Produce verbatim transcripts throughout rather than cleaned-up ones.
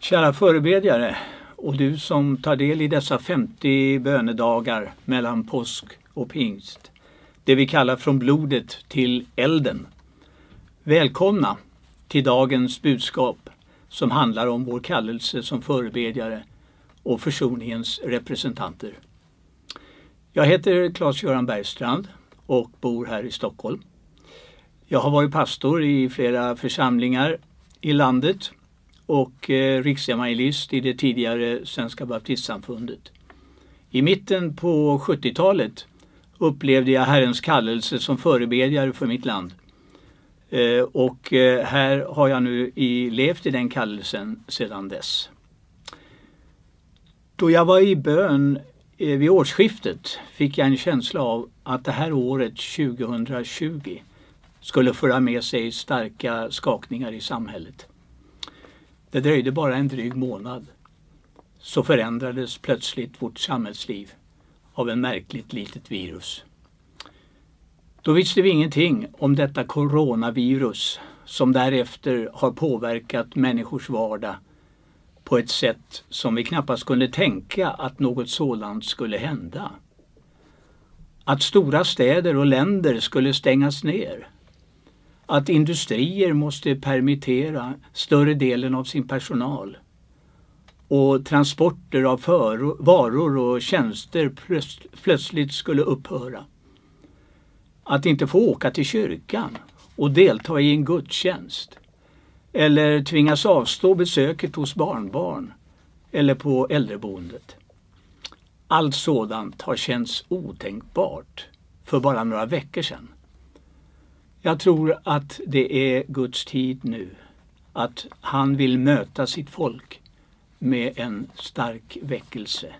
Kära förebedjare och du som tar del i dessa femtio bönedagar mellan påsk och pingst, det vi kallar från blodet till elden. Välkomna till dagens budskap som handlar om vår kallelse som förebedjare och försoningens representanter. Jag heter Claes-Göran Bergstrand och bor här i Stockholm. Jag har varit pastor i flera församlingar i landet och eh, riksevangelist i det tidigare Svenska baptistsamfundet. I mitten på sjuttiotalet upplevde jag Herrens kallelse som förebedjare för mitt land. Eh, och eh, här har jag nu i, levt i den kallelsen sedan dess. Då jag var i bön eh, vid årsskiftet fick jag en känsla av att det här året tjugohundratjugo skulle föra med sig starka skakningar i samhället. Det dröjde bara en dryg månad så förändrades plötsligt vårt samhällsliv av en märkligt litet virus. Då visste vi ingenting om detta coronavirus som därefter har påverkat människors vardag på ett sätt som vi knappast kunde tänka att något sådant skulle hända. Att stora städer och länder skulle stängas ner. Att industrier måste permittera större delen av sin personal. Och transporter av för- varor och tjänster plöts- plötsligt skulle upphöra. Att inte få åka till kyrkan och delta i en gudstjänst. Eller tvingas avstå besöket hos barnbarn eller på äldreboendet. Allt sådant har känts otänkbart för bara några veckor sedan. Jag tror att det är Guds tid nu. Att han vill möta sitt folk med en stark väckelse.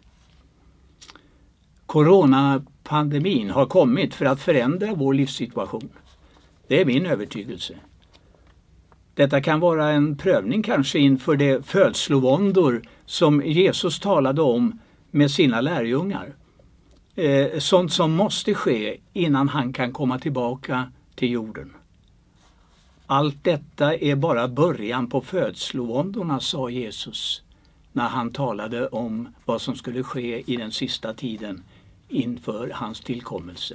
Coronapandemin har kommit för att förändra vår livssituation. Det är min övertygelse. Detta kan vara en prövning kanske inför de födslovåndor som Jesus talade om med sina lärjungar. Eh, sånt som måste ske innan han kan komma tillbaka till jorden. Allt detta är bara början på födslovåndorna, sa Jesus när han talade om vad som skulle ske i den sista tiden inför hans tillkommelse.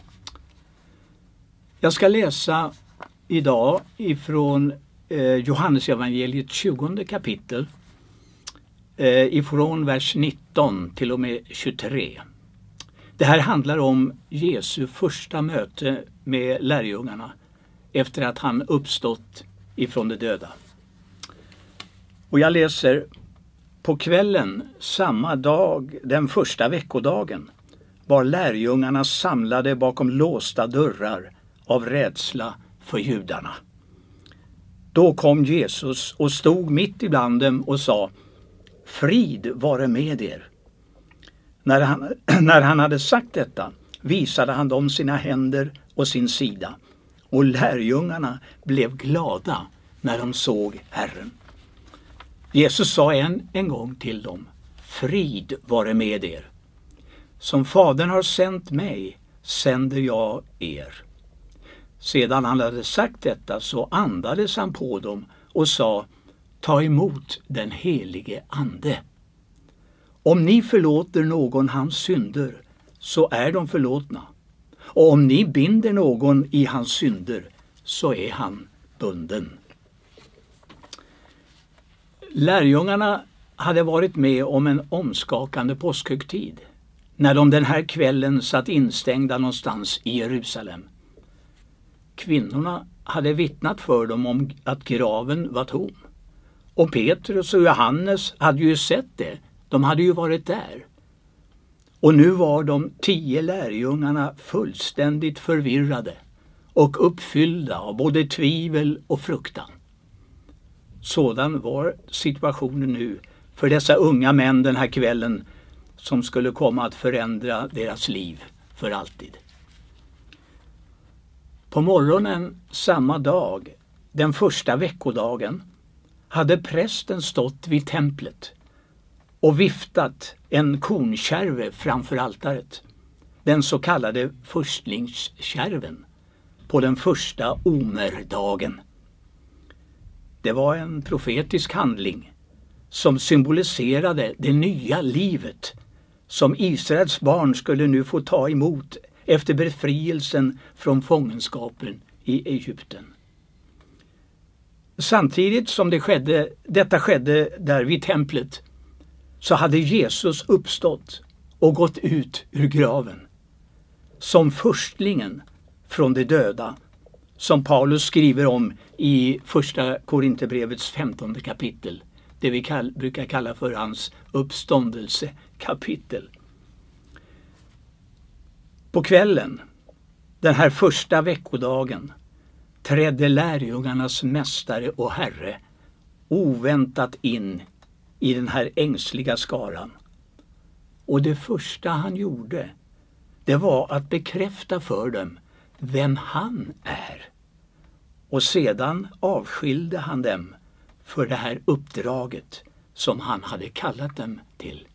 Jag ska läsa idag ifrån eh, Johannesevangeliet tjugonde kapitel eh, ifrån vers nitton till och med tjugotre. Det här handlar om Jesu första möte med lärjungarna efter att han uppstått ifrån de döda. Och jag läser: På kvällen samma dag, den första veckodagen, var lärjungarna samlade bakom låsta dörrar av rädsla för judarna. Då kom Jesus och stod mitt ibland dem och sa: Frid vare med er. När han, när han hade sagt detta visade han dem sina händer och sin sida. Och lärjungarna blev glada när de såg Herren. Jesus sa en, en gång till dem: Frid vare med er. Som Fadern har sänt mig sänder jag er. Sedan han hade sagt detta så andades han på dem och sa: Ta emot den helige ande. Om ni förlåter någon hans synder så är de förlåtna. Och om ni binder någon i hans synder så är han bunden. Lärjungarna hade varit med om en omskakande påskhögtid när de den här kvällen satt instängda någonstans i Jerusalem. Kvinnorna hade vittnat för dem om att graven var tom. Och Petrus och Johannes hade ju sett det. De hade ju varit där. Och nu var de tio lärjungarna fullständigt förvirrade och uppfyllda av både tvivel och fruktan. Sådan var situationen nu för dessa unga män den här kvällen som skulle komma att förändra deras liv för alltid. På morgonen samma dag, den första veckodagen, hade prästen stått vid templet och viftat en kornkärve framför altaret, den så kallade förstlingskärven, på den första omerdagen. Det var en profetisk handling som symboliserade det nya livet som Israels barn skulle nu få ta emot efter befrielsen från fångenskapen i Egypten. Samtidigt som det skedde, detta skedde där vid templet, så hade Jesus uppstått och gått ut ur graven som förstlingen från de döda, som Paulus skriver om i första Korinthierbrevets femtonde kapitel, det vi kall, brukar kalla för hans uppståndelsekapitel. På kvällen, den här första veckodagen, trädde lärjungarnas mästare och herre oväntat in i den här ängsliga skaran. Och det första han gjorde, det var att bekräfta för dem vem han är. Och sedan avskilde han dem för det här uppdraget som han hade kallat dem till.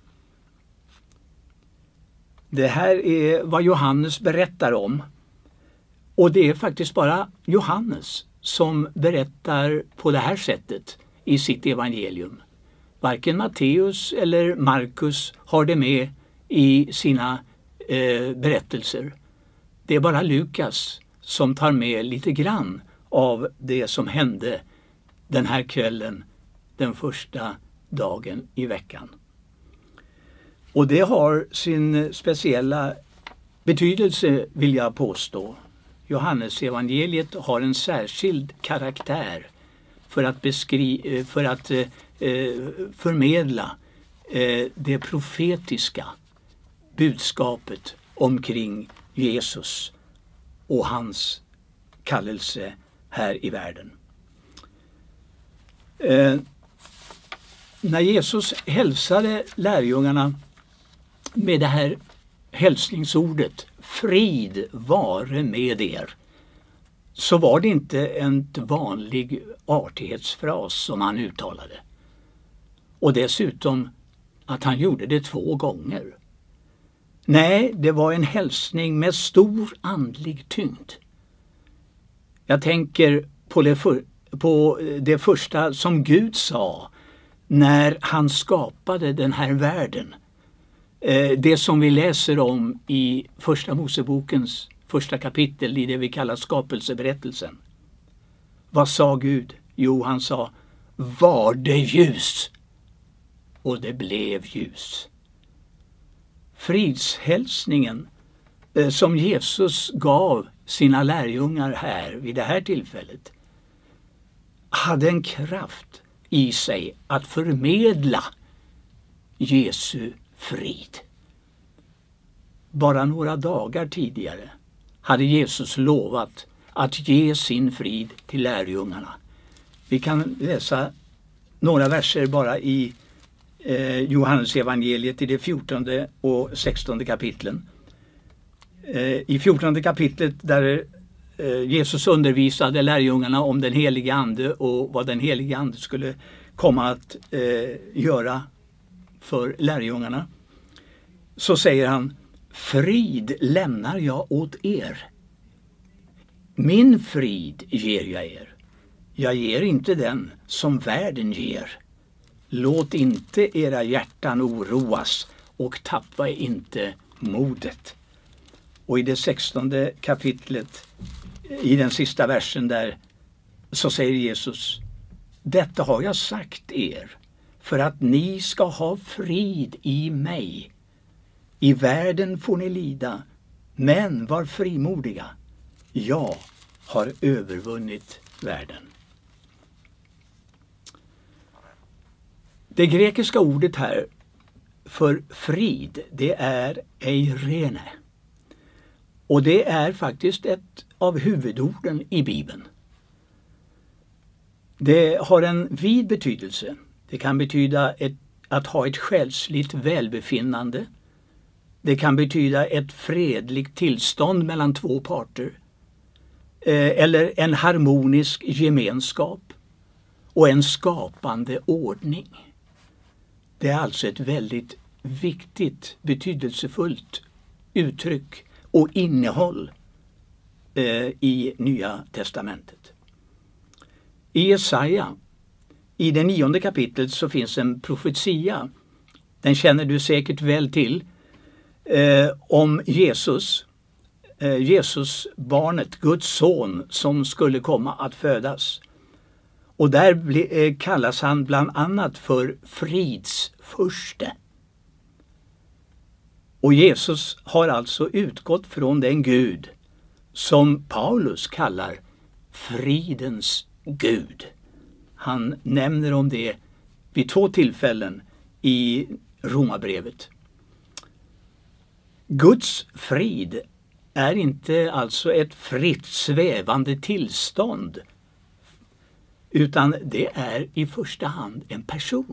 Det här är vad Johannes berättar om. Och det är faktiskt bara Johannes som berättar på det här sättet i sitt evangelium. Varken Matteus eller Markus har det med i sina eh, berättelser. Det är bara Lukas som tar med lite grann av det som hände den här kvällen, den första dagen i veckan. Och det har sin speciella betydelse, vill jag påstå. Johannes evangeliet har en särskild karaktär för att, beskri- för att eh, förmedla eh, det profetiska budskapet omkring Jesus och hans kallelse här i världen. Eh, när Jesus hälsade lärjungarna med det här hälsningsordet, frid vare med er, så var det inte en vanlig artighetsfras som han uttalade. Och dessutom att han gjorde det två gånger. Nej, det var en hälsning med stor andlig tyngd. Jag tänker på det, för, på det första som Gud sa när han skapade den här världen. Det som vi läser om i första Mosebokens första kapitel i det vi kallar skapelseberättelsen. Vad sa Gud? Jo, han sa, var det ljus? Och det blev ljus. Fridshälsningen eh, som Jesus gav sina lärjungar här vid det här tillfället hade en kraft i sig att förmedla Jesu frid. Bara några dagar tidigare hade Jesus lovat att ge sin frid till lärjungarna. Vi kan läsa några verser bara i eh, Johannes evangeliet i det fjortonde och sextonde kapitlen. Eh, I fjortonde kapitlet där eh, Jesus undervisade lärjungarna om den helige ande och vad den helige ande skulle komma att eh, göra för lärjungarna, så säger han, frid lämnar jag åt er. Min frid ger jag er. Jag ger inte den som världen ger. Låt inte era hjärtan oroas och tappa inte modet. Och i det sextonde kapitlet, i den sista versen där, så säger Jesus, detta har jag sagt er för att ni ska ha frid i mig. I världen får ni lida, men var frimodiga. Jag har övervunnit världen. Det grekiska ordet här för frid, det är eirene. Och det är faktiskt ett av huvudorden i Bibeln. Det har en vid betydelse. Det kan betyda ett, att ha ett själsligt välbefinnande. Det kan betyda ett fredligt tillstånd mellan två parter. Eh, eller en harmonisk gemenskap och en skapande ordning. Det är alltså ett väldigt viktigt, betydelsefullt uttryck och innehåll eh, i Nya testamentet. I Jesaja I det nionde kapitlet så finns en profetia. Den känner du säkert väl till. Eh, om Jesus. Eh, Jesus barnet, Guds son som skulle komma att födas. Och där bli, eh, kallas han bland annat för fridsfurste. Och Jesus har alltså utgått från den Gud som Paulus kallar fridens Gud. Han nämner om det vid två tillfällen i Romarbrevet. Guds frid är inte alltså ett fritt svävande tillstånd, utan det är i första hand en person.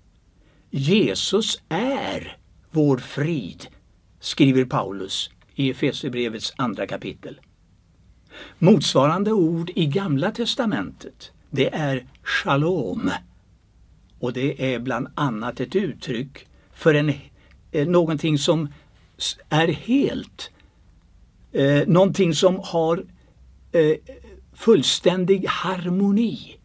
Jesus är vår frid, skriver Paulus i Efesierbrevets andra kapitel. Motsvarande ord i Gamla testamentet, det är shalom. Och det är bland annat ett uttryck för en, eh, någonting som är helt. Eh, någonting som har eh, fullständig harmoni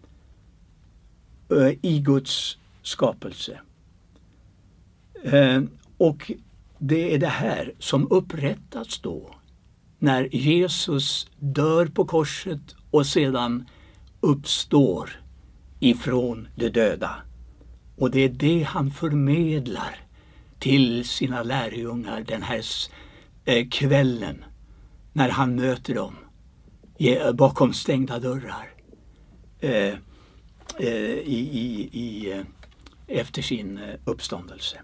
eh, i Guds skapelse. Eh, och det är det här som upprättas då när Jesus dör på korset och sedan uppstår ifrån de döda. Och det är det han förmedlar till sina lärjungar den här eh, kvällen när han möter dem bakom stängda dörrar eh, eh, i, i, i, eh, efter sin eh, uppståndelse.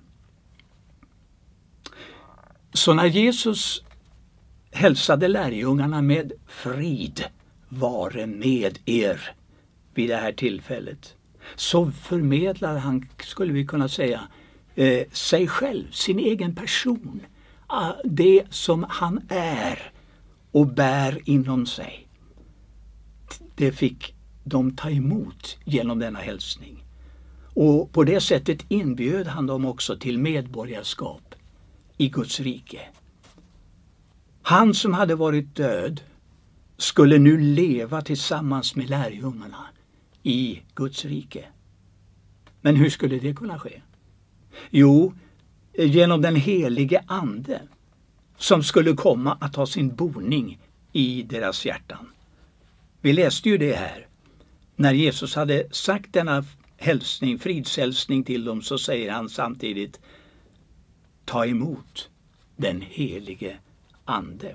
Så när Jesus hälsade lärjungarna med frid vare med er vid det här tillfället, så förmedlar han, skulle vi kunna säga, eh, sig själv, sin egen person, ah, det som han är och bär inom sig. Det fick de ta emot genom denna hälsning. Och på det sättet inbjöd han dem också till medborgarskap i Guds rike. Han som hade varit död skulle nu leva tillsammans med lärjungarna i Guds rike. Men hur skulle det kunna ske? Jo, genom den helige ande som skulle komma att ha sin boning i deras hjärtan. Vi läste ju det här. När Jesus hade sagt denna hälsning, fridshälsning till dem, så säger han samtidigt: ta emot den helige ande.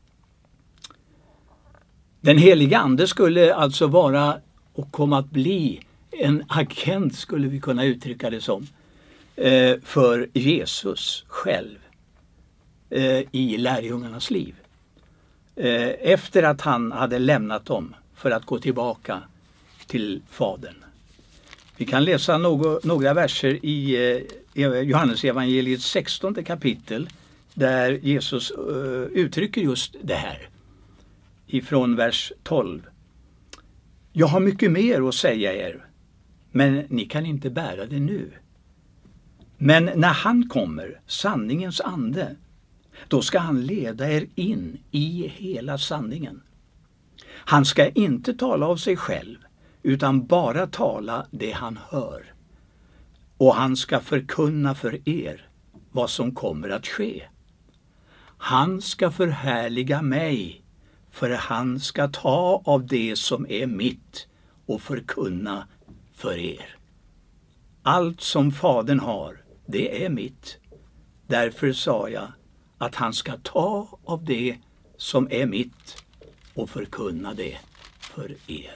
Den helige ande skulle alltså vara och komma att bli en agent, skulle vi kunna uttrycka det som, för Jesus själv i lärjungarnas liv. Efter att han hade lämnat dem för att gå tillbaka till Fadern. Vi kan läsa några, några verser i Johannes evangeliets sextonde kapitel där Jesus uttrycker just det här. Ifrån vers tolv. Jag har mycket mer att säga er, men ni kan inte bära det nu. Men när han kommer, sanningens ande, då ska han leda er in i hela sanningen. Han ska inte tala av sig själv, utan bara tala det han hör. Och han ska förkunna för er vad som kommer att ske. Han ska förhärliga mig, för han ska ta av det som är mitt och förkunna för er. Allt som Fadern har, det är mitt. Därför sa jag att han ska ta av det som är mitt och förkunna det för er.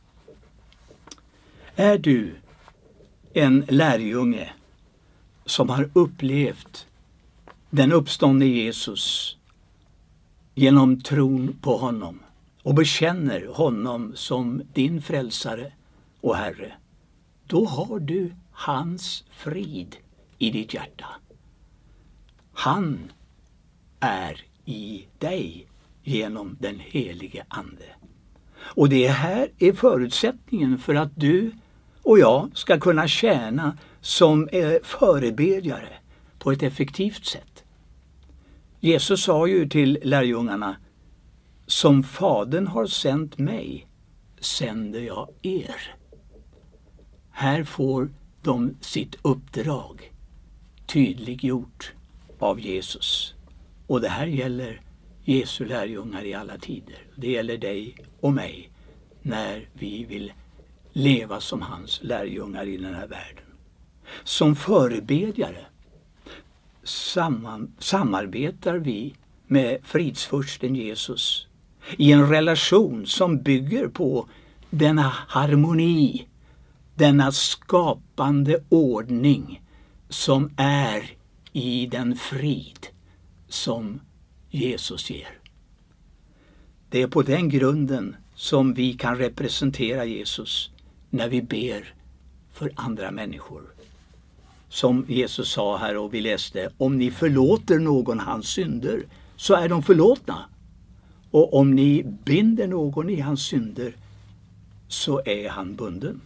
Är du en lärjunge som har upplevt den uppståndne Jesus genom tron på honom och bekänner honom som din frälsare och Herre, då har du hans frid i ditt hjärta. Han är i dig genom den helige ande. Och det här är förutsättningen för att du och jag ska kunna tjäna som förebedjare på ett effektivt sätt. Jesus sa ju till lärjungarna: som Fadern har sänt mig, sänder jag er. Här får de sitt uppdrag tydliggjort av Jesus. Och det här gäller Jesu lärjungar i alla tider. Det gäller dig och mig när vi vill leva som hans lärjungar i den här världen. Som förebedjare samman, samarbetar vi med fridsfursten Jesus i en relation som bygger på denna harmoni, denna skapande ordning som är i den frid som Jesus ger. Det är på den grunden som vi kan representera Jesus när vi ber för andra människor. Som Jesus sa här och vi läste, om ni förlåter någon hans synder så är de förlåtna. Och om ni binder någon i hans synder så är han bunden.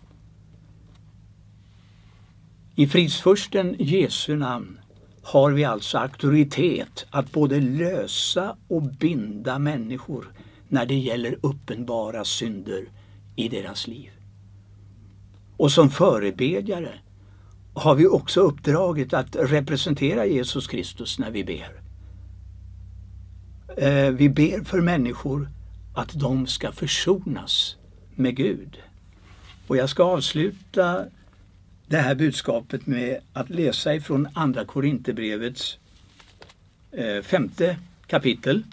I fridsfursten Jesu namn har vi alltså auktoritet att både lösa och binda människor när det gäller uppenbara synder i deras liv. Och som förebedjare har vi också uppdraget att representera Jesus Kristus när vi ber. Vi ber för människor att de ska försonas med Gud. Och jag ska avsluta det här budskapet med att läsa ifrån andra Korinthierbrevets femte kapitel.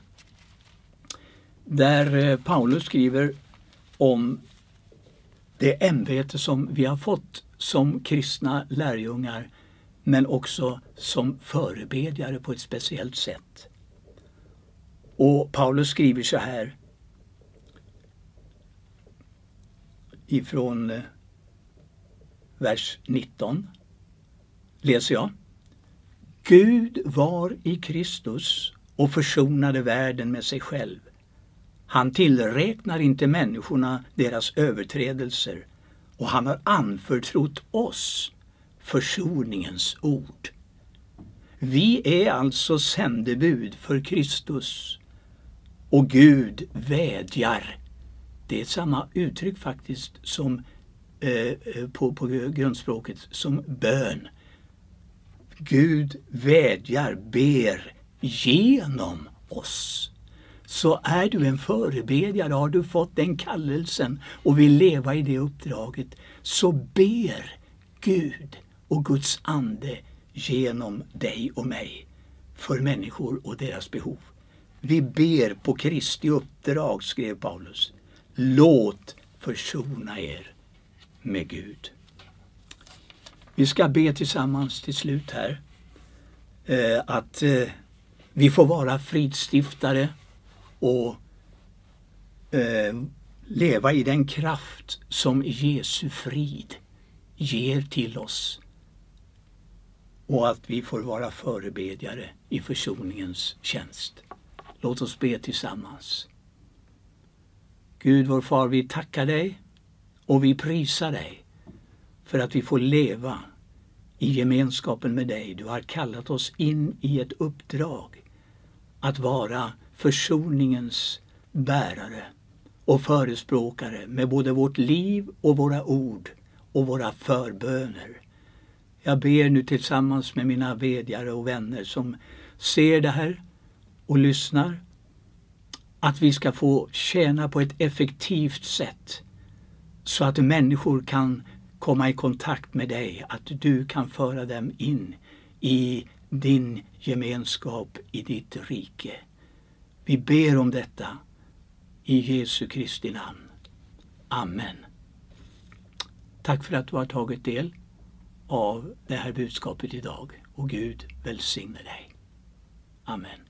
Där Paulus skriver om det ämbete som vi har fått som kristna lärjungar, men också som förebedjare på ett speciellt sätt. Och Paulus skriver så här ifrån vers nitton läser jag. Gud var i Kristus och försonade världen med sig själv. Han tillräknar inte människorna deras överträdelser och han har anförtrott oss försoningens ord. Vi är alltså sändebud för Kristus och Gud vädjar. Det är samma uttryck faktiskt som eh, på, på grundspråket som bön. Gud vädjar, ber genom oss. Så är du en förebedjare, har du fått den kallelsen och vill leva i det uppdraget, så ber Gud och Guds ande genom dig och mig för människor och deras behov. Vi ber på Kristi uppdrag, skrev Paulus. Låt försona er med Gud. Vi ska be tillsammans till slut här eh, att eh, vi får vara fridstiftare och eh, leva i den kraft som Jesu frid ger till oss. Och att vi får vara förebedjare i försoningens tjänst. Låt oss be tillsammans. Gud vår far, vi tackar dig och vi prisar dig för att vi får leva i gemenskapen med dig. Du har kallat oss in i ett uppdrag att vara försoningens bärare och förespråkare med både vårt liv och våra ord och våra förböner. Jag ber nu tillsammans med mina bedjare och vänner som ser det här och lyssnar, att vi ska få tjäna på ett effektivt sätt så att människor kan komma i kontakt med dig, att du kan föra dem in i din gemenskap, i ditt rike. Vi ber om detta i Jesu Kristi namn. Amen. Tack för att du har tagit del av det här budskapet idag och Gud välsigne dig. Amen.